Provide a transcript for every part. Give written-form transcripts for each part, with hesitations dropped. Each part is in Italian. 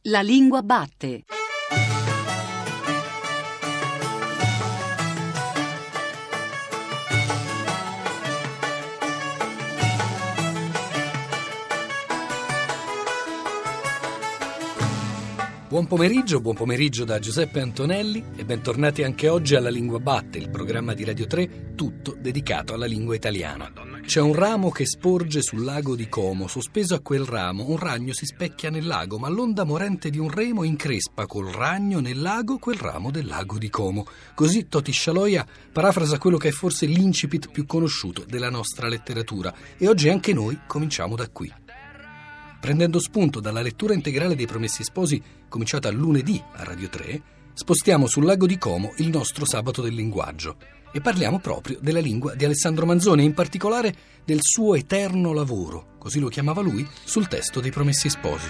La lingua batte. Buon pomeriggio da Giuseppe Antonelli e bentornati anche oggi alla Lingua Batte, il programma di Radio 3 tutto dedicato alla lingua italiana. C'è un ramo che sporge sul lago di Como, sospeso a quel ramo un ragno si specchia nel lago, ma l'onda morente di un remo increspa col ragno nel lago quel ramo del lago di Como. Così Toti Scialoia parafrasa quello che è forse l'incipit più conosciuto della nostra letteratura e oggi anche noi cominciamo da qui. Prendendo spunto dalla lettura integrale dei Promessi Sposi, cominciata lunedì a Radio 3, spostiamo sul lago di Como il nostro sabato del linguaggio e parliamo proprio della lingua di Alessandro Manzoni e in particolare del suo eterno lavoro, così lo chiamava lui, sul testo dei Promessi Sposi.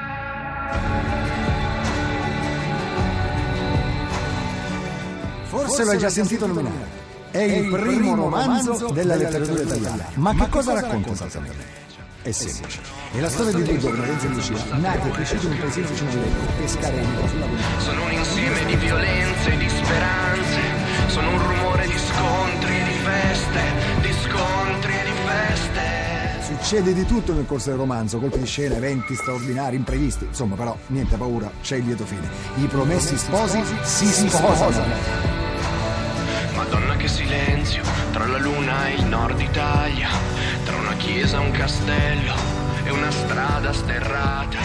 Forse l'hai già sentito nominare. È il primo romanzo della letteratura italiana. Ma che cosa racconta esattamente? È semplice. È la storia di due giovani, Lorenzo e Lucia, nati e cresciuti in un paesino vicino a Lecco, Pescarello, sulla Bonita. Sono un insieme di violenze e di speranze, sono un rumore di scontri e di feste, di scontri e di feste. Succede di tutto nel corso del romanzo, colpi di scena, eventi straordinari, imprevisti, insomma, però niente paura, c'è il lieto fine. I promessi sposi si sposano. Madonna che silenzio, tra la luna e il nord Italia, tra una chiesa, un castello e una strada sterrata.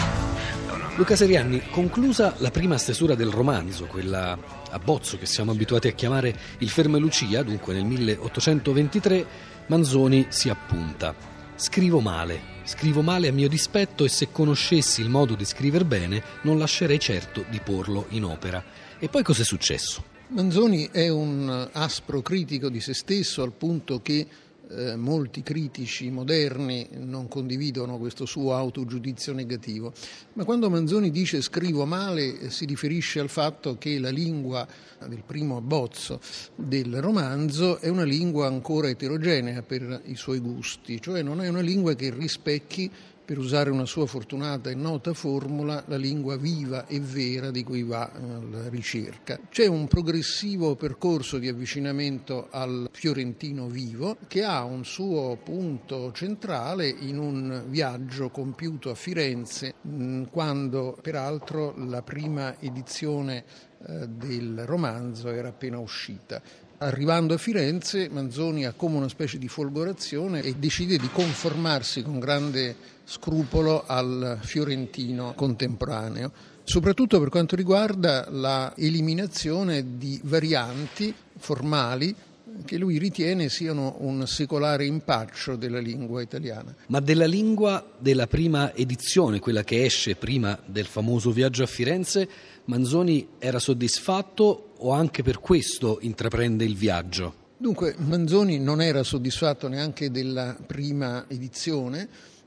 Luca Serianni, conclusa la prima stesura del romanzo, quella a bozzo che siamo abituati a chiamare Il Fermo e Lucia, dunque nel 1823, Manzoni si appunta. Scrivo male a mio dispetto e se conoscessi il modo di scriver bene non lascerei certo di porlo in opera. E poi cos'è successo? Manzoni è un aspro critico di se stesso al punto che molti critici moderni non condividono questo suo autogiudizio negativo, ma quando Manzoni dice scrivo male si riferisce al fatto che la lingua del primo abbozzo del romanzo è una lingua ancora eterogenea per i suoi gusti, cioè non è una lingua che rispecchi, per usare una sua fortunata e nota formula, la lingua viva e vera di cui va alla ricerca. C'è un progressivo percorso di avvicinamento al fiorentino vivo che ha un suo punto centrale in un viaggio compiuto a Firenze, quando peraltro la prima edizione del romanzo era appena uscita. Arrivando a Firenze, Manzoni ha come una specie di folgorazione e decide di conformarsi con grande scrupolo al fiorentino contemporaneo, soprattutto per quanto riguarda la eliminazione di varianti formali che lui ritiene siano un secolare impaccio della lingua italiana. Ma della lingua della prima edizione, quella che esce prima del famoso viaggio a Firenze, Manzoni era soddisfatto o anche per questo intraprende il viaggio? Dunque, Manzoni non era soddisfatto neanche della prima edizione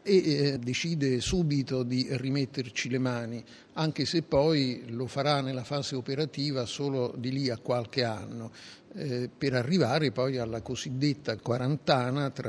e decide subito di rimetterci le mani, anche se poi lo farà nella fase operativa solo di lì a qualche anno, per arrivare poi alla cosiddetta quarantana tra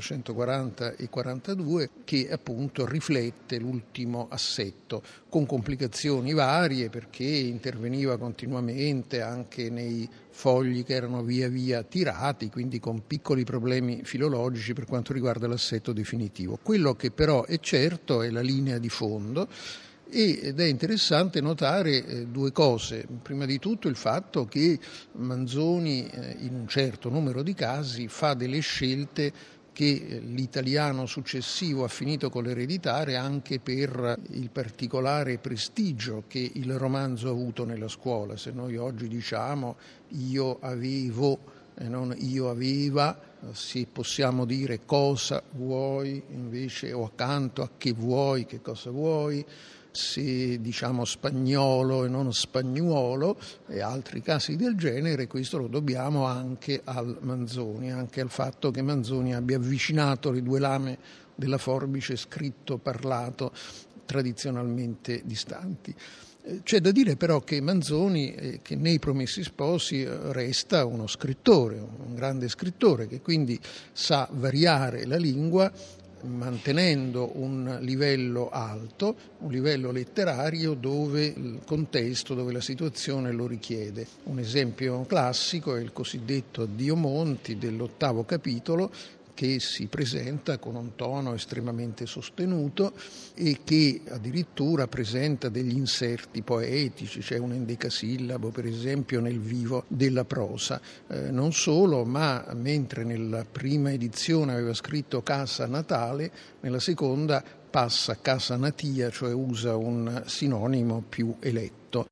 1840 e 42, che appunto riflette l'ultimo assetto, con complicazioni varie perché interveniva continuamente anche nei fogli che erano via via tirati, quindi con piccoli problemi filologici per quanto riguarda l'assetto definitivo. Quello che però è certo è la linea di fondo ed è interessante notare due cose. Prima di tutto il fatto che Manzoni in un certo numero di casi fa delle scelte che l'italiano successivo ha finito con l'ereditare anche per il particolare prestigio che il romanzo ha avuto nella scuola. Se noi oggi diciamo io avevo e non io aveva, se possiamo dire cosa vuoi invece o accanto a che vuoi, che cosa vuoi, se diciamo spagnolo e non spagnuolo e altri casi del genere, questo lo dobbiamo anche al Manzoni, anche al fatto che Manzoni abbia avvicinato le due lame della forbice scritto parlato tradizionalmente distanti. C'è da dire però che Manzoni, che nei Promessi Sposi resta uno scrittore, un grande scrittore che quindi sa variare la lingua mantenendo un livello alto, un livello letterario dove il contesto, dove la situazione lo richiede. Un esempio classico è il cosiddetto Addio Monti dell'8° capitolo, che si presenta con un tono estremamente sostenuto e che addirittura presenta degli inserti poetici, c'è un endecasillabo per esempio nel vivo della prosa. Non solo, ma mentre nella prima edizione aveva scritto Casa Natale, nella seconda passa Casa Natia, cioè usa un sinonimo più eletto.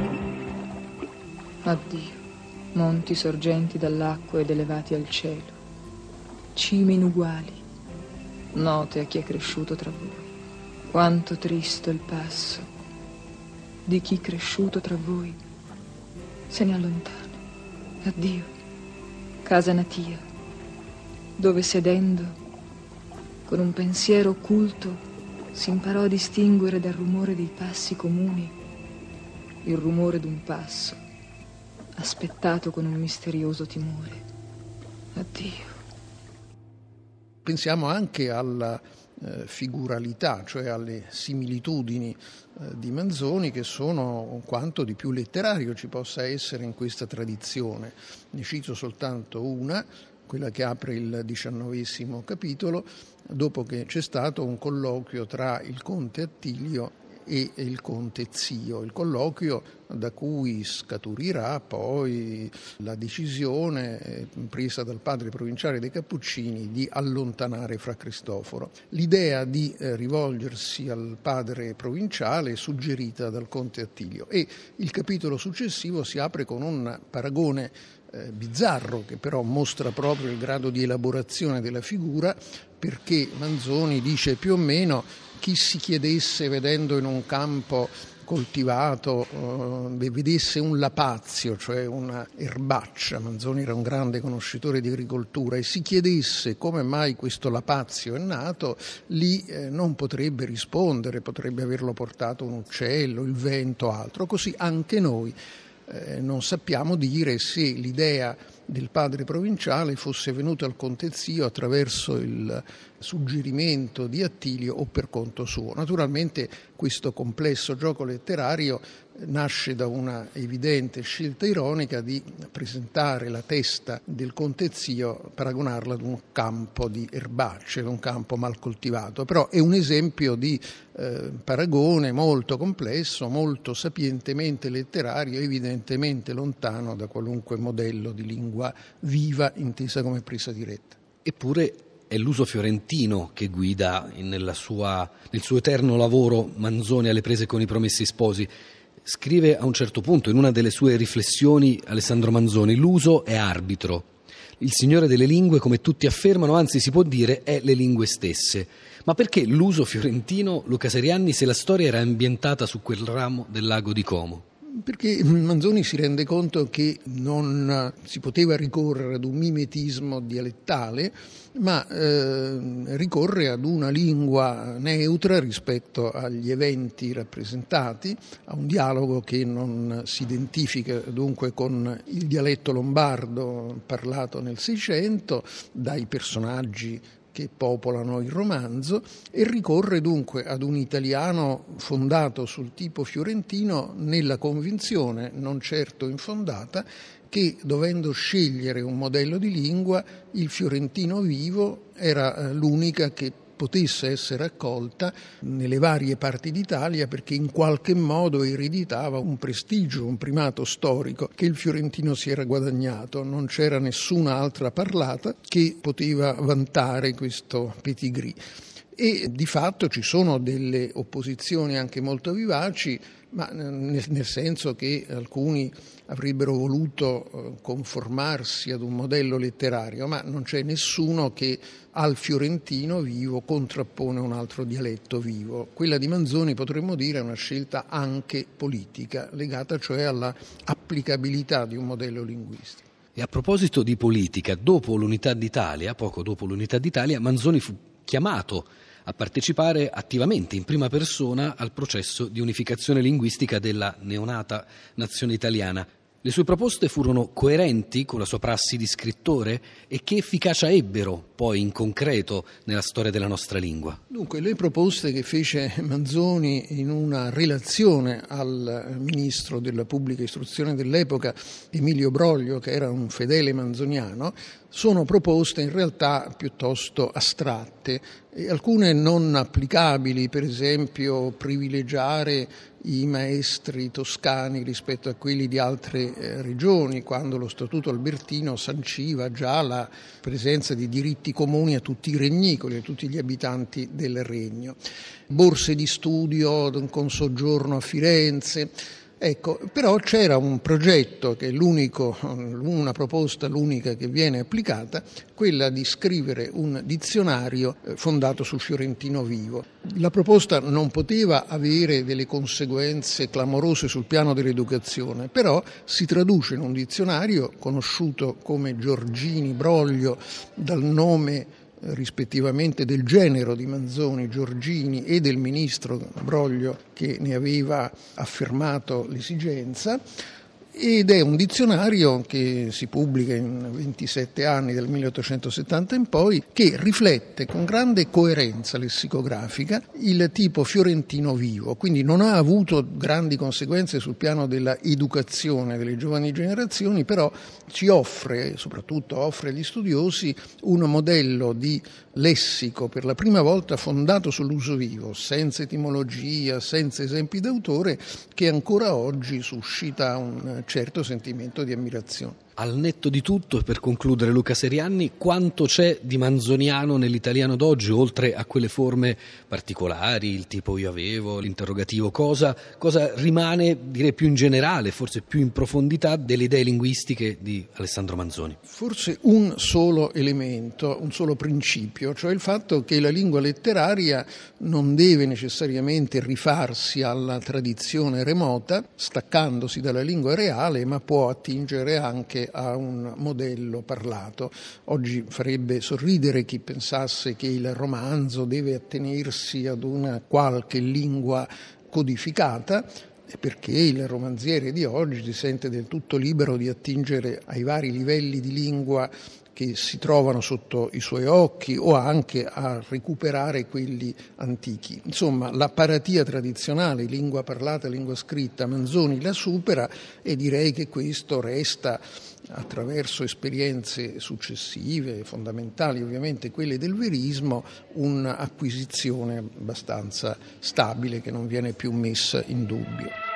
Addio, monti sorgenti dall'acqua ed elevati al cielo, cime inuguali, note a chi è cresciuto tra voi. Quanto tristo il passo di chi cresciuto tra voi se ne allontana. Addio, casa natia, dove sedendo con un pensiero occulto si imparò a distinguere dal rumore dei passi comuni il rumore d'un passo aspettato con un misterioso timore. Addio. Pensiamo anche alla figuralità, cioè alle similitudini di Manzoni, che sono quanto di più letterario ci possa essere in questa tradizione. Ne cito soltanto una, quella che apre il 19° capitolo, dopo che c'è stato un colloquio tra il conte Attilio e il conte Zio, il colloquio da cui scaturirà poi la decisione presa dal padre provinciale dei Cappuccini di allontanare Fra Cristoforo. L'idea di rivolgersi al padre provinciale è suggerita dal conte Attilio e il capitolo successivo si apre con un paragone bizzarro che però mostra proprio il grado di elaborazione della figura, perché Manzoni dice più o meno: chi si chiedesse vedendo in un campo coltivato, vedesse un lapazio, cioè una erbaccia, Manzoni era un grande conoscitore di agricoltura, e si chiedesse come mai questo lapazio è nato, lì non potrebbe rispondere, potrebbe averlo portato un uccello, il vento, altro. Così anche noi non sappiamo dire se l'idea del padre provinciale fosse venuta al conte Zio attraverso il suggerimento di Attilio o per conto suo. Naturalmente questo complesso gioco letterario nasce da una evidente scelta ironica di presentare la testa del conte Zio, paragonarla ad un campo di erbacce, ad un campo mal coltivato, però è un esempio di paragone molto complesso, molto sapientemente letterario, evidentemente lontano da qualunque modello di lingua viva intesa come presa diretta. Eppure è l'uso fiorentino che guida nel suo eterno lavoro Manzoni alle prese con i Promessi Sposi. Scrive a un certo punto in una delle sue riflessioni Alessandro Manzoni: l'uso è arbitro. Il signore delle lingue, come tutti affermano, anzi si può dire, è le lingue stesse. Ma perché l'uso fiorentino, Luca Serianni, se la storia era ambientata su quel ramo del lago di Como? Perché Manzoni si rende conto che non si poteva ricorrere ad un mimetismo dialettale, ma ricorre ad una lingua neutra rispetto agli eventi rappresentati, a un dialogo che non si identifica dunque con il dialetto lombardo parlato nel Seicento dai personaggi che popolano il romanzo, e ricorre dunque ad un italiano fondato sul tipo fiorentino nella convinzione, non certo infondata, che dovendo scegliere un modello di lingua, il fiorentino vivo era l'unica che potesse essere accolta nelle varie parti d'Italia, perché in qualche modo ereditava un prestigio, un primato storico che il fiorentino si era guadagnato. Non c'era nessuna altra parlata che poteva vantare questo pedigree. E di fatto ci sono delle opposizioni anche molto vivaci, ma nel senso che alcuni avrebbero voluto conformarsi ad un modello letterario, ma non c'è nessuno che al fiorentino vivo contrappone un altro dialetto vivo. Quella di Manzoni, potremmo dire, è una scelta anche politica, legata cioè alla applicabilità di un modello linguistico. E a proposito di politica, poco dopo l'Unità d'Italia, Manzoni fu chiamato a partecipare attivamente in prima persona al processo di unificazione linguistica della neonata nazione italiana. Le sue proposte furono coerenti con la sua prassi di scrittore e che efficacia ebbero poi in concreto nella storia della nostra lingua? Dunque, le proposte che fece Manzoni in una relazione al ministro della pubblica istruzione dell'epoca, Emilio Broglio, che era un fedele manzoniano, sono proposte in realtà piuttosto astratte e alcune non applicabili, per esempio privilegiare i maestri toscani rispetto a quelli di altre regioni, quando lo Statuto Albertino sanciva già la presenza di diritti comuni a tutti i regnicoli, a tutti gli abitanti del regno. Borse di studio con soggiorno a Firenze. Ecco, però c'era un progetto che è una proposta l'unica che viene applicata, quella di scrivere un dizionario fondato sul fiorentino vivo. La proposta non poteva avere delle conseguenze clamorose sul piano dell'educazione, però si traduce in un dizionario conosciuto come Giorgini Broglio dal nome rispettivamente del genero di Manzoni, Giorgini, e del ministro Broglio che ne aveva affermato l'esigenza, ed è un dizionario che si pubblica in 27 anni, dal 1870 in poi, che riflette con grande coerenza lessicografica il tipo fiorentino vivo, quindi non ha avuto grandi conseguenze sul piano della educazione delle giovani generazioni, però ci offre, soprattutto offre agli studiosi, un modello di lessico per la prima volta fondato sull'uso vivo, senza etimologia, senza esempi d'autore, che ancora oggi suscita un certo sentimento di ammirazione. Al netto di tutto, per concludere, Luca Serianni, quanto c'è di manzoniano nell'italiano d'oggi, oltre a quelle forme particolari, il tipo io avevo, l'interrogativo, cosa rimane, direi più in generale, forse più in profondità, delle idee linguistiche di Alessandro Manzoni? Forse un solo elemento, un solo principio, cioè il fatto che la lingua letteraria non deve necessariamente rifarsi alla tradizione remota, staccandosi dalla lingua reale, ma può attingere anche a un modello parlato. Oggi farebbe sorridere chi pensasse che il romanzo deve attenersi ad una qualche lingua codificata, perché il romanziere di oggi si sente del tutto libero di attingere ai vari livelli di lingua che si trovano sotto i suoi occhi o anche a recuperare quelli antichi. Insomma, l'apparatia tradizionale, lingua parlata, lingua scritta, Manzoni la supera, e direi che questo resta, attraverso esperienze successive, fondamentali ovviamente quelle del verismo, un'acquisizione abbastanza stabile che non viene più messa in dubbio.